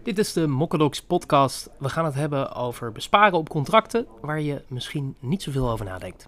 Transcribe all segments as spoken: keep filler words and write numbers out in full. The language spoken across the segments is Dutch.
Dit is de Mokkadocs podcast. We gaan het hebben over besparen op contracten waar je misschien niet zoveel over nadenkt.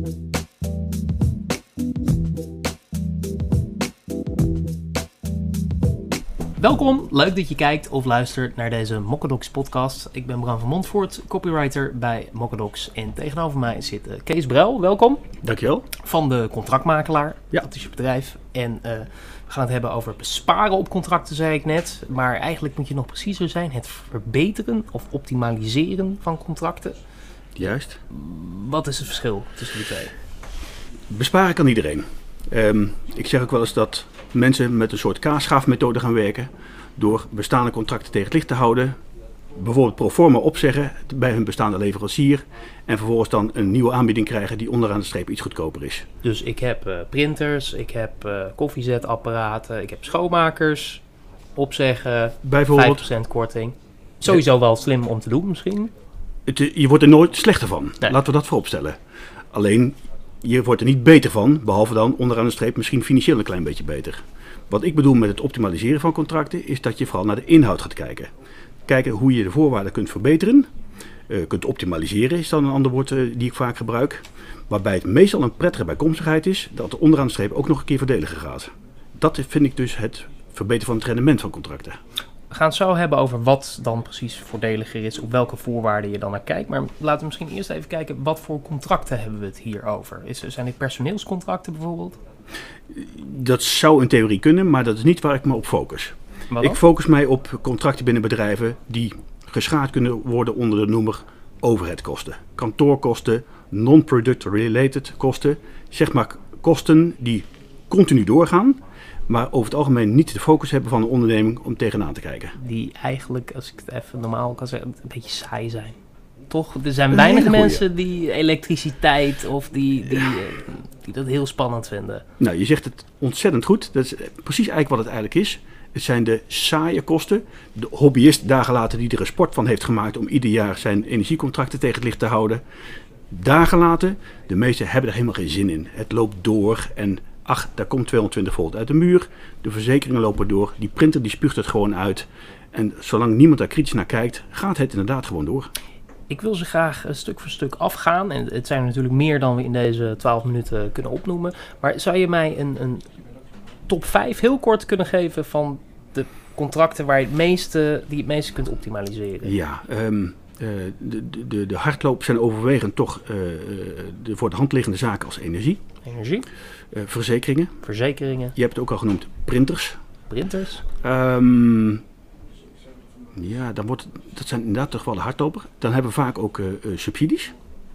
Welkom, leuk dat je kijkt of luistert naar deze Mokkadocs podcast. Ik ben Bram van Montvoort, copywriter bij Mokkadocs. En tegenover mij zit uh, Kees Bruil, welkom. Dankjewel. Van de contractmakelaar, ja. Dat is je bedrijf. En uh, we gaan het hebben over besparen op contracten, zei ik net. Maar eigenlijk moet je nog preciezer zijn. Het verbeteren of optimaliseren van contracten. Juist. Wat is het verschil tussen die twee? Besparen kan iedereen. Um, ik zeg ook wel eens dat mensen met een soort kaasschaafmethode gaan werken. Door bestaande contracten tegen het licht te houden. Bijvoorbeeld pro forma opzeggen bij hun bestaande leverancier. En vervolgens dan een nieuwe aanbieding krijgen die onderaan de streep iets goedkoper is. Dus ik heb uh, printers, ik heb uh, koffiezetapparaten, ik heb schoonmakers. Opzeggen, bijvoorbeeld vijf procent korting. Sowieso wel slim om te doen misschien. Het, je wordt er nooit slechter van. Nee. Laten we dat vooropstellen. Alleen, je wordt er niet beter van. Behalve dan onderaan de streep misschien financieel een klein beetje beter. Wat ik bedoel met het optimaliseren van contracten is dat je vooral naar de inhoud gaat kijken. Kijken hoe je de voorwaarden kunt verbeteren. Uh, kunt optimaliseren is dan een ander woord uh, die ik vaak gebruik. Waarbij het meestal een prettige bijkomstigheid is dat de onderaan de streep ook nog een keer voordeliger gaat. Dat vind ik dus het verbeteren van het rendement van contracten. We gaan het zo hebben over wat dan precies voordeliger is, op welke voorwaarden je dan naar kijkt. Maar laten we misschien eerst even kijken, wat voor contracten hebben we het hier over? Is, zijn dit personeelscontracten bijvoorbeeld? Dat zou in theorie kunnen, maar dat is niet waar ik me op focus. Ik focus mij op contracten binnen bedrijven die geschaard kunnen worden onder de noemer overheadkosten. Kantoorkosten, non-product related kosten. Zeg maar kosten die continu doorgaan, maar over het algemeen niet de focus hebben van een onderneming om tegenaan te kijken. Die eigenlijk, als ik het even normaal kan zeggen, een beetje saai zijn. Toch? Er zijn weinig mensen die elektriciteit of die, die, die dat heel spannend vinden. Nou, je zegt het ontzettend goed. Dat is precies eigenlijk wat het eigenlijk is. Het zijn de saaie kosten. De hobbyist dagen later die er een sport van heeft gemaakt om ieder jaar zijn energiecontracten tegen het licht te houden. Dagen later, de meesten hebben er helemaal geen zin in. Het loopt door en ach, daar komt tweehonderdtwintig volt uit de muur. De verzekeringen lopen door. Die printer die spuugt het gewoon uit. En zolang niemand daar kritisch naar kijkt, gaat het inderdaad gewoon door. Ik wil ze graag stuk voor stuk afgaan. En het zijn natuurlijk meer dan we in deze twaalf minuten kunnen opnoemen. Maar zou je mij een, een top vijf heel kort kunnen geven van de contracten waar je het meeste, die je het meeste kunt optimaliseren? Ja, um, uh, de, de, de hardloop zijn overwegend toch uh, de voor de hand liggende zaken als energie. Energie. Uh, verzekeringen. Verzekeringen. Je hebt het ook al genoemd, printers. Printers. Um, ja, dan wordt, dat zijn inderdaad toch wel de hardloper. Dan hebben we vaak ook uh, uh, subsidies.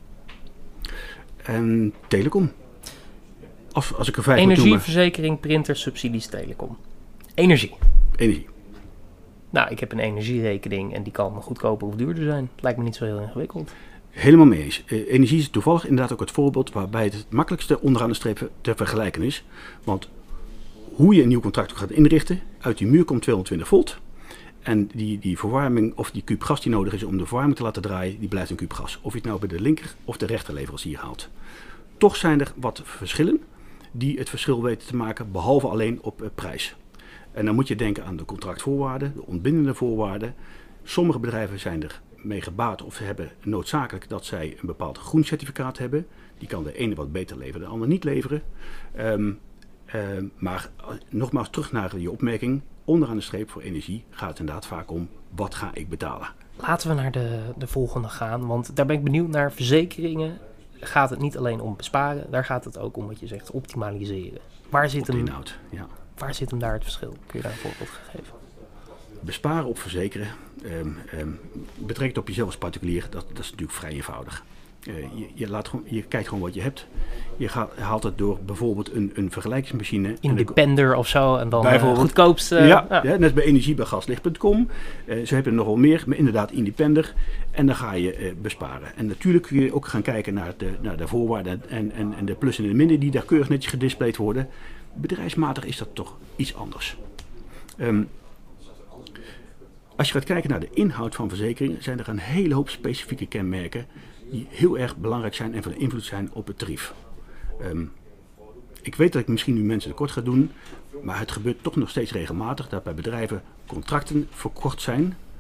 En telecom. Als, als ik er vijf Energie, moet noemen. verzekering, printers, subsidies, telecom. Energie. Energie. Nou, ik heb een energierekening en die kan goedkoper of duurder zijn. Het lijkt me niet zo heel ingewikkeld. Helemaal mee eens. Uh, energie is toevallig inderdaad ook het voorbeeld waarbij het het makkelijkste onderaan de streep te vergelijken is. Want hoe je een nieuw contract gaat inrichten, uit die muur komt tweehonderdtwintig volt. En die, die verwarming of die kuub gas die nodig is om de verwarming te laten draaien, die blijft een kuub gas. Of je het nou bij de linker of de rechterleverancier haalt. Toch zijn er wat verschillen die het verschil weten te maken, behalve alleen op uh, prijs. En dan moet je denken aan de contractvoorwaarden, de ontbindende voorwaarden. Sommige bedrijven zijn er mee gebaat of hebben noodzakelijk dat zij een bepaald groen certificaat hebben. Die kan de ene wat beter leveren, de ander niet leveren. Um, uh, maar uh, nogmaals terug naar je opmerking. Onderaan de streep voor energie gaat het inderdaad vaak om wat ga ik betalen. Laten we naar de, de volgende gaan, want daar ben ik benieuwd naar. Verzekeringen gaat het niet alleen om besparen, daar gaat het ook om wat je zegt, optimaliseren. Waar zit, hem, inhoud, ja. waar zit hem daar het verschil? Kun je daar een voorbeeld geven? Besparen op verzekeren, um, um, betrekt op jezelf als particulier, dat, dat is natuurlijk vrij eenvoudig. Uh, je, je, laat gewoon, je kijkt gewoon wat je hebt. Je gaat, haalt het door bijvoorbeeld een, een vergelijkingsmachine. Independer de, of zo en dan bijvoorbeeld, uh, goedkoopste. Ja, ja. ja, net bij energie bij gaslicht punt com. Uh, zo heb je er nog wel meer, maar inderdaad Independer. En dan ga je uh, besparen. En natuurlijk kun je ook gaan kijken naar de, naar de voorwaarden en, en, en de plus en de min die daar keurig netjes gedisplayed worden. Bedrijfsmatig is dat toch iets anders. Um, als je gaat kijken naar de inhoud van verzekeringen, zijn er een hele hoop specifieke kenmerken die heel erg belangrijk zijn en van invloed zijn op het tarief. Um, ik weet dat ik misschien nu mensen tekort ga doen, maar het gebeurt toch nog steeds regelmatig dat bij bedrijven contracten verkort zijn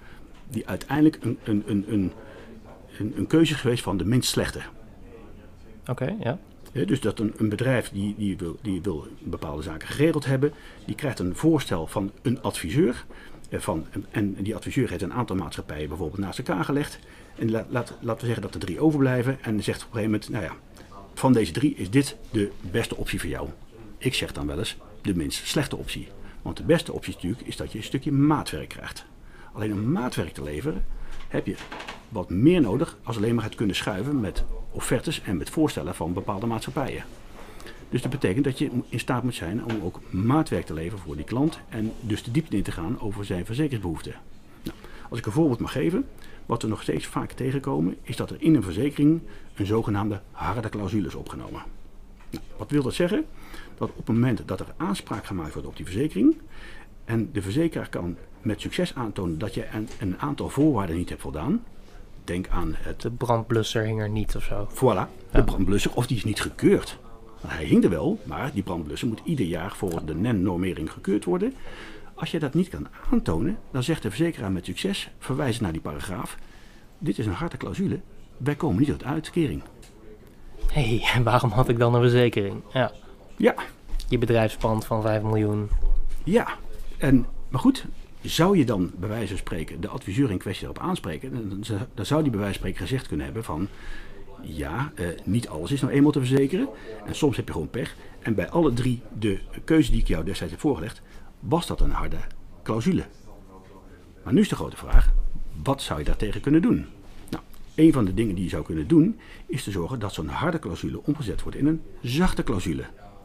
die uiteindelijk een, een, een, een, een, een keuze is geweest van de minst slechte. Oké, okay, ja. He, dus dat een, een bedrijf die, die, wil, die wil bepaalde zaken geregeld hebben, die krijgt een voorstel van een adviseur. Eh, van, en die adviseur heeft een aantal maatschappijen bijvoorbeeld naast elkaar gelegd. En laat, laat, laten we zeggen dat er drie overblijven. En zegt op een gegeven moment, nou ja, van deze drie is dit de beste optie voor jou. Ik zeg dan wel eens de minst slechte optie. Want de beste optie natuurlijk is dat je een stukje maatwerk krijgt. Alleen om maatwerk te leveren heb je wat meer nodig als alleen maar het kunnen schuiven met offertes en met voorstellen van bepaalde maatschappijen. Dus dat betekent dat je in staat moet zijn om ook maatwerk te leveren voor die klant en dus de diepte in te gaan over zijn verzekeringsbehoeften. Nou, als ik een voorbeeld mag geven, wat we nog steeds vaak tegenkomen, is dat er in een verzekering een zogenaamde harde clausule is opgenomen. Nou, wat wil dat zeggen? Dat op het moment dat er aanspraak gemaakt wordt op die verzekering en de verzekeraar kan met succes aantonen dat je een, een aantal voorwaarden niet hebt voldaan. Denk aan het... De brandblusser hing er niet of zo. Voilà, de ja. brandblusser, of die is niet gekeurd. Hij hing er wel, maar die brandblusser moet ieder jaar voor de N E N-normering gekeurd worden. Als je dat niet kan aantonen, dan zegt de verzekeraar met succes, verwijzend naar die paragraaf, dit is een harde clausule, wij komen niet tot uitkering. Hé, hey, en waarom had ik dan een verzekering? Ja. Ja. Je bedrijfspand van vijf miljoen. Ja, en, maar goed, zou je dan bij wijze van spreken de adviseur in kwestie erop aanspreken, dan, dan zou die bij wijze van spreken gezegd kunnen hebben van, ja, eh, niet alles is nou eenmaal te verzekeren en soms heb je gewoon pech. En bij alle drie de keuze die ik jou destijds heb voorgelegd, was dat een harde clausule. Maar nu is de grote vraag, wat zou je daartegen kunnen doen? Nou, een van de dingen die je zou kunnen doen, is te zorgen dat zo'n harde clausule omgezet wordt in een zachte clausule.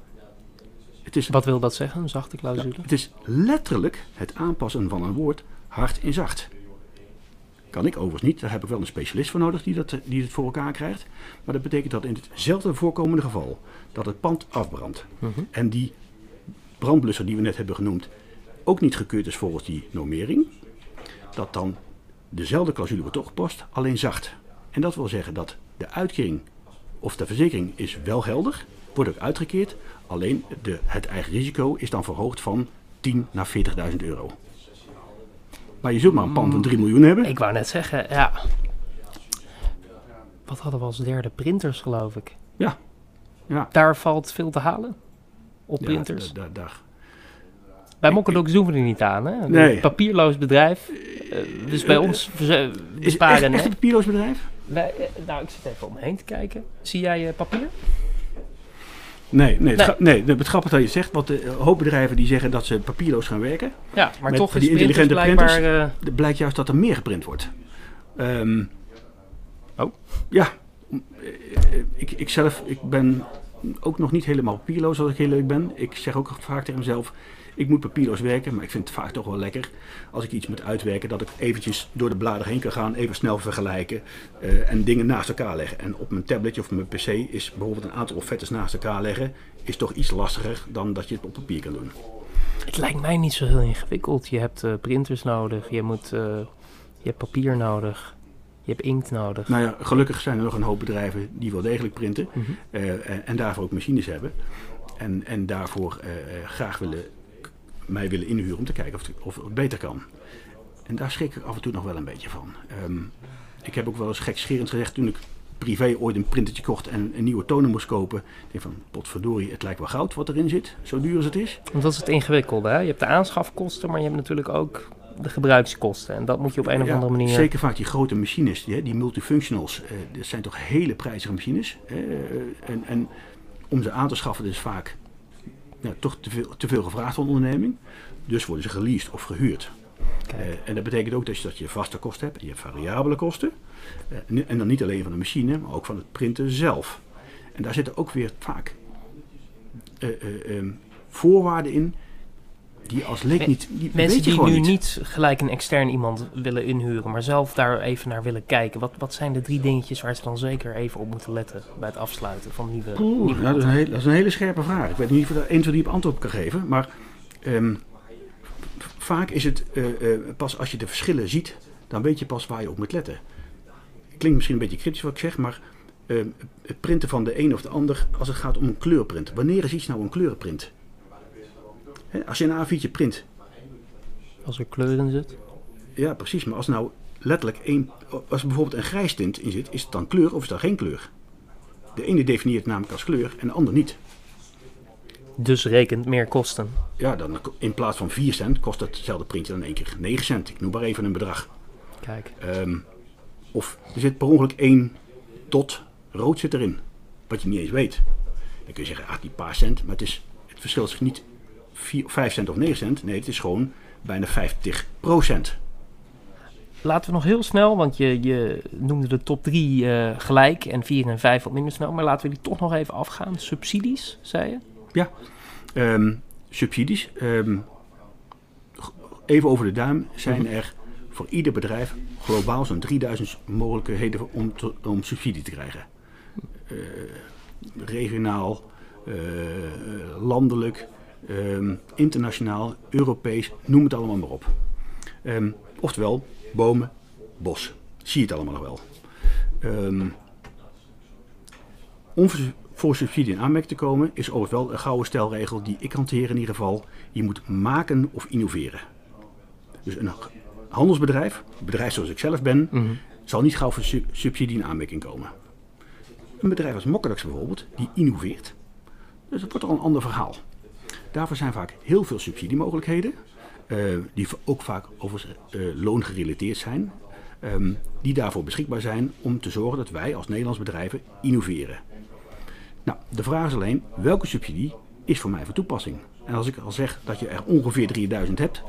Het is, wat wil dat zeggen, een zachte clausule? Ja, het is letterlijk het aanpassen van een woord hard in zacht. Kan ik overigens niet, daar heb ik wel een specialist voor nodig die, dat, die het voor elkaar krijgt. Maar dat betekent dat in hetzelfde voorkomende geval, dat het pand afbrandt. Uh-huh. En die brandblusser die we net hebben genoemd, ook niet gekeurd is volgens die normering. Dat dan dezelfde clausule wordt toegepast, alleen zacht. En dat wil zeggen dat de uitkering of de verzekering is wel geldig, wordt ook uitgekeerd. Alleen de, het eigen risico is dan verhoogd van tien naar veertigduizend euro. Maar je zult maar een pand van drie miljoen hebben. Ik wou net zeggen, ja. Wat hadden we als derde? Printers, geloof ik. Ja. ja. Daar valt veel te halen. Op printers. Ja, da, da, da. Bij Mokkedoks doen we er niet aan, hè? Een nee. papierloos bedrijf. Uh, dus bij uh, ons besparen. Is het echt, echt een papierloos bedrijf? Wij, uh, nou, ik zit even om me heen te kijken. Zie jij uh, papier? Nee, nee, het, nee. nee, het grappig dat je zegt, want de hoop bedrijven die zeggen dat ze papierloos gaan werken. Ja, maar met toch is die intelligente blijkbaar, printers. Uh... blijkt juist dat er meer geprint wordt. Um, oh? Ja, ik, ik zelf, ik ben ook nog niet helemaal papierloos als ik heel leuk ben. Ik zeg ook vaak tegen mezelf, ik moet papierloos werken, maar ik vind het vaak toch wel lekker als ik iets moet uitwerken, dat ik eventjes door de bladeren heen kan gaan, even snel vergelijken uh, en dingen naast elkaar leggen. En op mijn tabletje of mijn pc is bijvoorbeeld een aantal offertes naast elkaar leggen, is toch iets lastiger dan dat je het op papier kan doen. Het lijkt mij niet zo heel ingewikkeld. Je hebt uh, printers nodig, je, moet, uh, je hebt papier nodig, je hebt inkt nodig. Nou ja, gelukkig zijn er nog een hoop bedrijven die wel degelijk printen mm-hmm. uh, en, en daarvoor ook machines hebben. En, en daarvoor uh, graag willen, mij willen inhuren om te kijken of het, of het beter kan. En daar schrik ik af en toe nog wel een beetje van. Um, ik heb ook wel eens gekscherend gezegd toen ik privé ooit een printertje kocht en een nieuwe toner moest kopen. Ik denk van, potverdorie, het lijkt wel goud wat erin zit, zo duur als het is. Want dat is het ingewikkelde, hè? Je hebt de aanschafkosten, maar je hebt natuurlijk ook de gebruikskosten. En dat moet je op een ja, of andere manier... Zeker vaak die grote machines, die, die multifunctionals, eh, dat zijn toch hele prijzige machines. Eh, en, en om ze aan te schaffen is vaak ja, toch te veel, te veel gevraagd van de onderneming. Dus worden ze geleased of gehuurd. Uh, en dat betekent ook dat je, dat je vaste kosten hebt en je hebt variabele kosten. Uh, en dan niet alleen van de machine, maar ook van het printen zelf. En daar zitten ook weer vaak uh, uh, um, voorwaarden in die als leek niet... Die Mensen weet je die nu niet. niet gelijk een extern iemand willen inhuren, maar zelf daar even naar willen kijken. Wat, wat zijn de drie dingetjes waar ze dan zeker even op moeten letten bij het afsluiten van nieuwe... Oeh, nieuwe nou, dat, is een hele, dat is een hele scherpe vraag. Ik weet niet of ik er één zo diep antwoord op kan geven, maar... Um, Vaak is het uh, uh, pas als je de verschillen ziet, dan weet je pas waar je op moet letten. Klinkt misschien een beetje kritisch wat ik zeg, maar uh, het printen van de een of de ander als het gaat om een kleurprint. Wanneer is iets nou een kleurenprint? He, als je een A viertje print. Als er kleur in zit? Ja, precies. Maar als nou letterlijk één... Als er bijvoorbeeld een grijs tint in zit, is het dan kleur of is dat geen kleur? De ene definieert het namelijk als kleur en de ander niet. Dus rekent meer kosten. Ja, dan in plaats van vier cent kost hetzelfde printje dan één keer negen cent. Ik noem maar even een bedrag. Kijk. Um, of er zit per ongeluk één dot rood zit erin. Wat je niet eens weet. Dan kun je zeggen, ah, die paar cent. Maar het, is, het verschil is niet vier, vijf cent of negen cent. Nee, het is gewoon bijna vijftig procent. Laten we nog heel snel, want je, je noemde de top drie uh, gelijk en vier en vijf wat minder snel. Maar laten we die toch nog even afgaan. Subsidies, zei je? Ja, um, subsidies. Um, even over de duim zijn er voor ieder bedrijf globaal zo'n drieduizend mogelijkheden om, te, om subsidie te krijgen. Uh, regionaal, uh, landelijk, um, internationaal, Europees, noem het allemaal maar op. Um, oftewel, bomen, bos. Zie je het allemaal nog wel. Um, om voor subsidie in aanmerking te komen is overigens wel een gouden stelregel die ik hanteer in ieder geval. Je moet maken of innoveren. Dus een handelsbedrijf, een bedrijf zoals ik zelf ben, mm-hmm. zal niet gauw voor su- subsidie in aanmerking komen. Een bedrijf als Mokkelux bijvoorbeeld, die innoveert. Dus dat wordt al een ander verhaal. Daarvoor zijn vaak heel veel subsidiemogelijkheden. Uh, die ook vaak overigens uh, loongerelateerd zijn. Um, die daarvoor beschikbaar zijn om te zorgen dat wij als Nederlands bedrijven innoveren. Nou, de vraag is alleen, welke subsidie is voor mij van toepassing? En als ik al zeg dat je er ongeveer drieduizend hebt,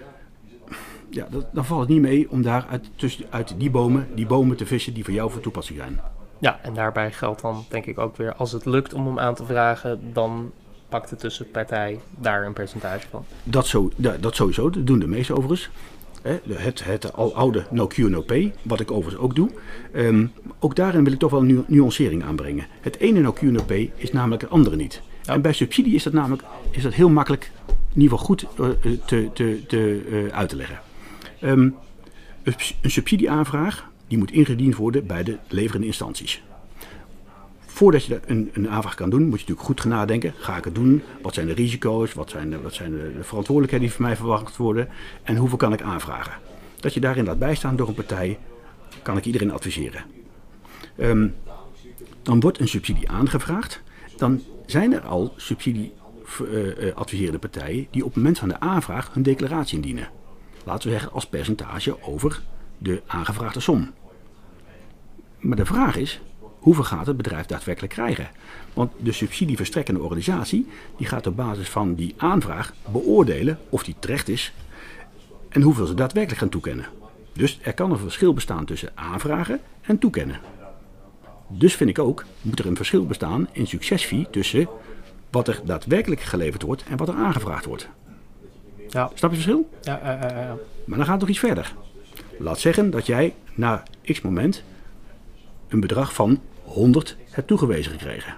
ja, dat, dan valt het niet mee om daar uit, tussen, uit die, bomen, die bomen te vissen die voor jou van toepassing zijn. Ja, en daarbij geldt dan denk ik ook weer, als het lukt om hem aan te vragen, dan pakt de tussenpartij daar een percentage van. Dat, zo, dat, dat sowieso, dat doen de meeste overigens. Het, het al oude no Q no pay, wat ik overigens ook doe. Um, ook daarin wil ik toch wel een nu- nuancering aanbrengen. Het ene no Q no pay is namelijk het andere niet. Ja. En bij subsidie is dat namelijk is dat heel makkelijk, in ieder geval goed uh, te, te, te, uh, uit te leggen. Um, een subsidieaanvraag die moet ingediend worden bij de leverende instanties. Voordat je een, een aanvraag kan doen, moet je natuurlijk goed gaan nadenken. Ga ik het doen? Wat zijn de risico's? Wat zijn de, wat zijn de verantwoordelijkheden die van mij verwacht worden? En hoeveel kan ik aanvragen? Dat je daarin laat bijstaan door een partij, kan ik iedereen adviseren. Um, dan wordt een subsidie aangevraagd. Dan zijn er al subsidie-adviserende uh, partijen die op het moment van de aanvraag hun declaratie indienen. Laten we zeggen als percentage over de aangevraagde som. Maar de vraag is, hoeveel gaat het bedrijf daadwerkelijk krijgen? Want de subsidieverstrekkende organisatie die gaat op basis van die aanvraag beoordelen of die terecht is en hoeveel ze daadwerkelijk gaan toekennen. Dus er kan een verschil bestaan tussen aanvragen en toekennen. Dus vind ik ook, moet er een verschil bestaan in succesfee tussen wat er daadwerkelijk geleverd wordt en wat er aangevraagd wordt. Ja. Snap je het verschil? Ja, uh, uh, uh. Maar dan gaat het nog iets verder. Laat zeggen dat jij na x moment een bedrag van honderd hebt toegewezen gekregen.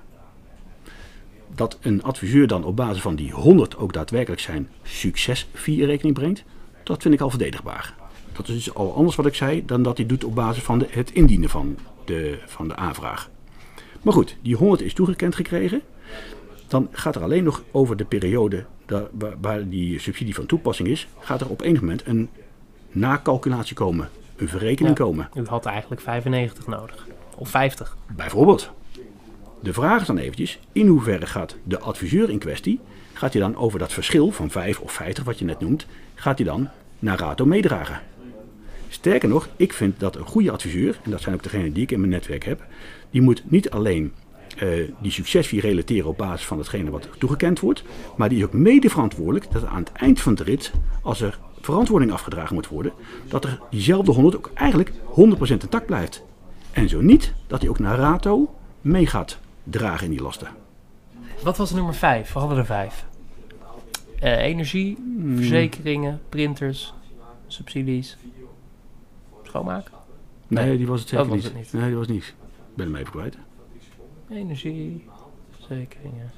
Dat een adviseur dan op basis van die honderd ook daadwerkelijk zijn succesfee in rekening brengt, dat vind ik al verdedigbaar. Dat is dus al anders wat ik zei dan dat hij doet op basis van de, het indienen van de, van de aanvraag. Maar goed, die honderd is toegekend gekregen. Dan gaat er alleen nog over de periode daar, waar, waar die subsidie van toepassing is, gaat er op enig moment een nakalculatie komen, een verrekening ja, komen. U had eigenlijk vijfennegentig nodig. Of vijftig. Bijvoorbeeld. De vraag is dan eventjes, in hoeverre gaat de adviseur in kwestie, gaat hij dan over dat verschil van vijf of vijftig wat je net noemt, gaat hij dan naar rato meedragen. Sterker nog, ik vind dat een goede adviseur, en dat zijn ook degenen die ik in mijn netwerk heb, die moet niet alleen uh, die succesfee relateren op basis van hetgene wat toegekend wordt, maar die is ook mede verantwoordelijk dat aan het eind van de rit, als er verantwoording afgedragen moet worden, dat er diezelfde honderd ook eigenlijk honderd procent intact blijft. En zo niet, dat hij ook naar rato mee gaat dragen in die lasten. Wat was nummer vijf? We hadden er vijf. Uh, energie, hmm. verzekeringen, printers, subsidies, schoonmaak? Nee, nee, die was het zeker dat niet. Was het niet. Nee, die was niet. Ik ben hem even kwijt. Energie, verzekeringen,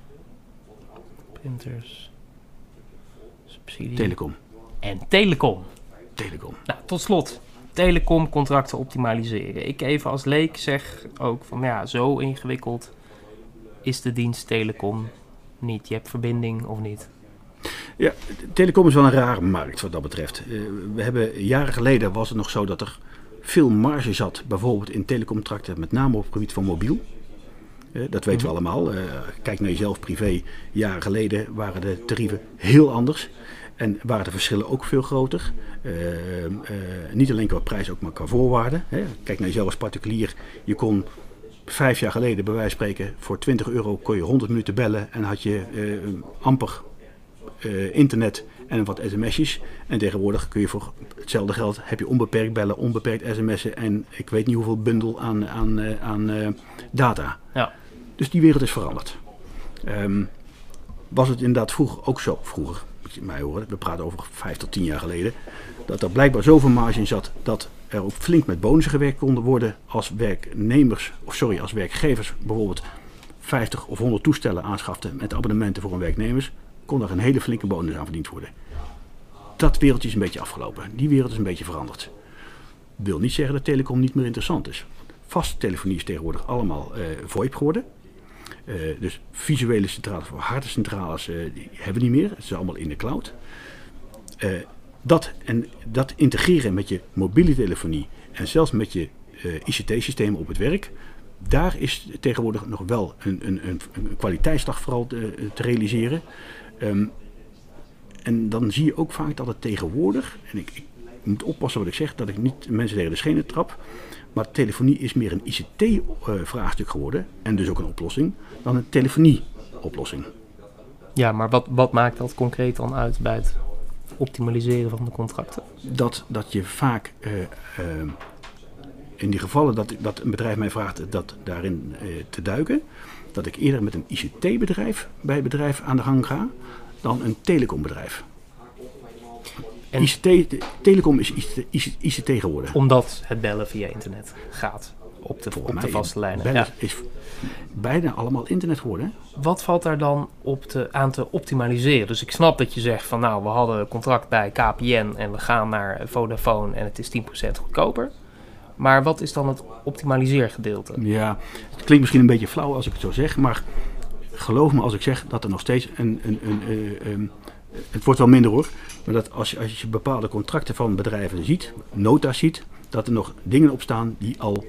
printers, subsidies. Telecom. En telecom. Telecom. Nou, tot slot. Telecomcontracten optimaliseren. Ik even als leek zeg ook van ja, zo ingewikkeld is de dienst telecom niet. Je hebt verbinding of niet. Ja, telecom is wel een rare markt wat dat betreft. Uh, we hebben jaren geleden was het nog zo dat er veel marge zat, bijvoorbeeld in telecomcontracten, met name op het gebied van mobiel. Uh, dat weten we allemaal. Uh, kijk naar jezelf privé. Jaren geleden waren de tarieven heel anders. En waren de verschillen ook veel groter. Uh, uh, niet alleen qua prijs, ook maar qua voorwaarden. Hè. Kijk naar jezelf als particulier. Je kon vijf jaar geleden, bij wijze van spreken, voor twintig euro kon je honderd minuten bellen. En had je uh, amper uh, internet en wat sms'jes. En tegenwoordig kun je voor hetzelfde geld, heb je onbeperkt bellen, onbeperkt sms'en. En ik weet niet hoeveel bundel aan, aan, uh, aan uh, data. Ja. Dus die wereld is veranderd. Um, was het inderdaad vroeger ook zo, vroeger, moet je mij horen, we praten over vijf tot tien jaar geleden, dat er blijkbaar zoveel marge in zat dat er ook flink met bonussen gewerkt konden worden als werknemers, of sorry, als werkgevers bijvoorbeeld vijftig of honderd toestellen aanschaften met abonnementen voor hun werknemers, kon er een hele flinke bonus aan verdiend worden. Dat wereldje is een beetje afgelopen. Die wereld is een beetje veranderd. Wil niet zeggen dat telecom niet meer interessant is. Vaste telefonie is tegenwoordig allemaal uh, VoIP geworden. Uh, dus visuele centrales voor harde centrales uh, die hebben we niet meer. Het is allemaal in de cloud. Uh, dat, en dat integreren met je mobiele telefonie en zelfs met je uh, I C T-systemen op het werk, daar is tegenwoordig nog wel een, een, een, een kwaliteitsslag vooral te, te realiseren. Um, en dan zie je ook vaak dat het tegenwoordig, en ik, ik moet oppassen wat ik zeg, dat ik niet mensen tegen de schenen trap, maar telefonie is meer een I C T-vraagstuk uh, geworden, en dus ook een oplossing, dan een telefonie-oplossing. Ja, maar wat, wat maakt dat concreet dan uit bij het optimaliseren van de contracten? Dat, dat je vaak, uh, uh, in die gevallen dat, dat een bedrijf mij vraagt dat daarin uh, te duiken, dat ik eerder met een I C T-bedrijf bij het bedrijf aan de gang ga, dan een telecombedrijf. En I C T, de, telecom is I C T geworden. Omdat het bellen via internet gaat op de, op de vaste lijnen. Bellen ja. is bijna allemaal internet geworden. Wat valt daar dan op te, aan te optimaliseren? Dus ik snap dat je zegt van nou, we hadden een contract bij K P N en we gaan naar Vodafone en het is tien procent goedkoper. Maar wat is dan het optimaliseergedeelte? Ja, het klinkt misschien een beetje flauw als ik het zo zeg, maar geloof me als ik zeg dat er nog steeds een... een, een, een, een het wordt wel minder hoor, maar dat als je, als je bepaalde contracten van bedrijven ziet, nota's ziet, dat er nog dingen op staan die al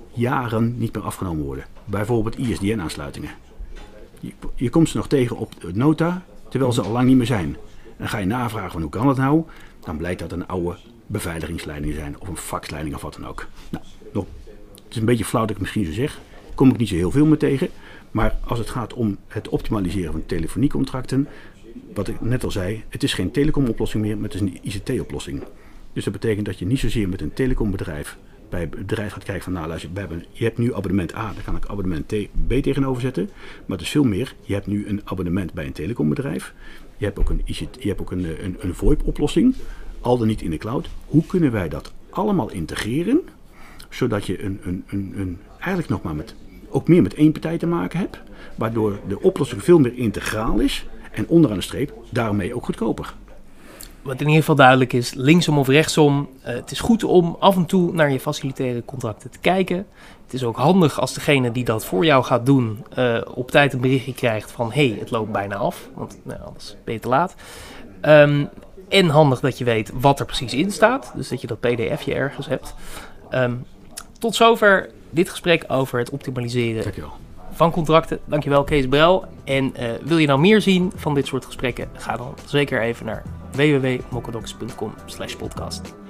jaren niet meer afgenomen worden. Bijvoorbeeld I S D N-aansluitingen. Je, je komt ze nog tegen op nota, terwijl ze al lang niet meer zijn. En dan ga je navragen van hoe kan dat nou? Dan blijkt dat een oude beveiligingsleidingen zijn of een faxleiding of wat dan ook. Nou, nog, het is een beetje flauw dat ik het misschien zo zeg. Daar kom ik niet zo heel veel meer tegen. Maar als het gaat om het optimaliseren van telefoniecontracten, wat ik net al zei, het is geen telecomoplossing meer, maar het is een I C T-oplossing. Dus dat betekent dat je niet zozeer met een telecombedrijf bij het bedrijf gaat kijken van nou luister, we hebben, je hebt nu abonnement A, daar kan ik abonnement B tegenover zetten. Maar het is veel meer, je hebt nu een abonnement bij een telecombedrijf. Je hebt ook een, je hebt ook een, een, een VoIP-oplossing, al dan niet in de cloud. Hoe kunnen wij dat allemaal integreren, zodat je een, een, een, een, eigenlijk nog maar met, ook meer met één partij te maken hebt, waardoor de oplossing veel meer integraal is. En onderaan de streep, daarmee ook goedkoper. Wat in ieder geval duidelijk is, linksom of rechtsom, uh, het is goed om af en toe naar je facilitaire contracten te kijken. Het is ook handig als degene die dat voor jou gaat doen, uh, op tijd een berichtje krijgt van hé, hey, het loopt bijna af, want nou, anders ben je te laat. Um, en handig dat je weet wat er precies in staat, dus dat je dat P D F'je ergens hebt. Um, tot zover dit gesprek over het optimaliseren Dankjewel. van contracten. Dankjewel Kees Brel. En uh, wil je nou meer zien van dit soort gesprekken? Ga dan zeker even naar w w w punt mokkadocs punt com slash podcast.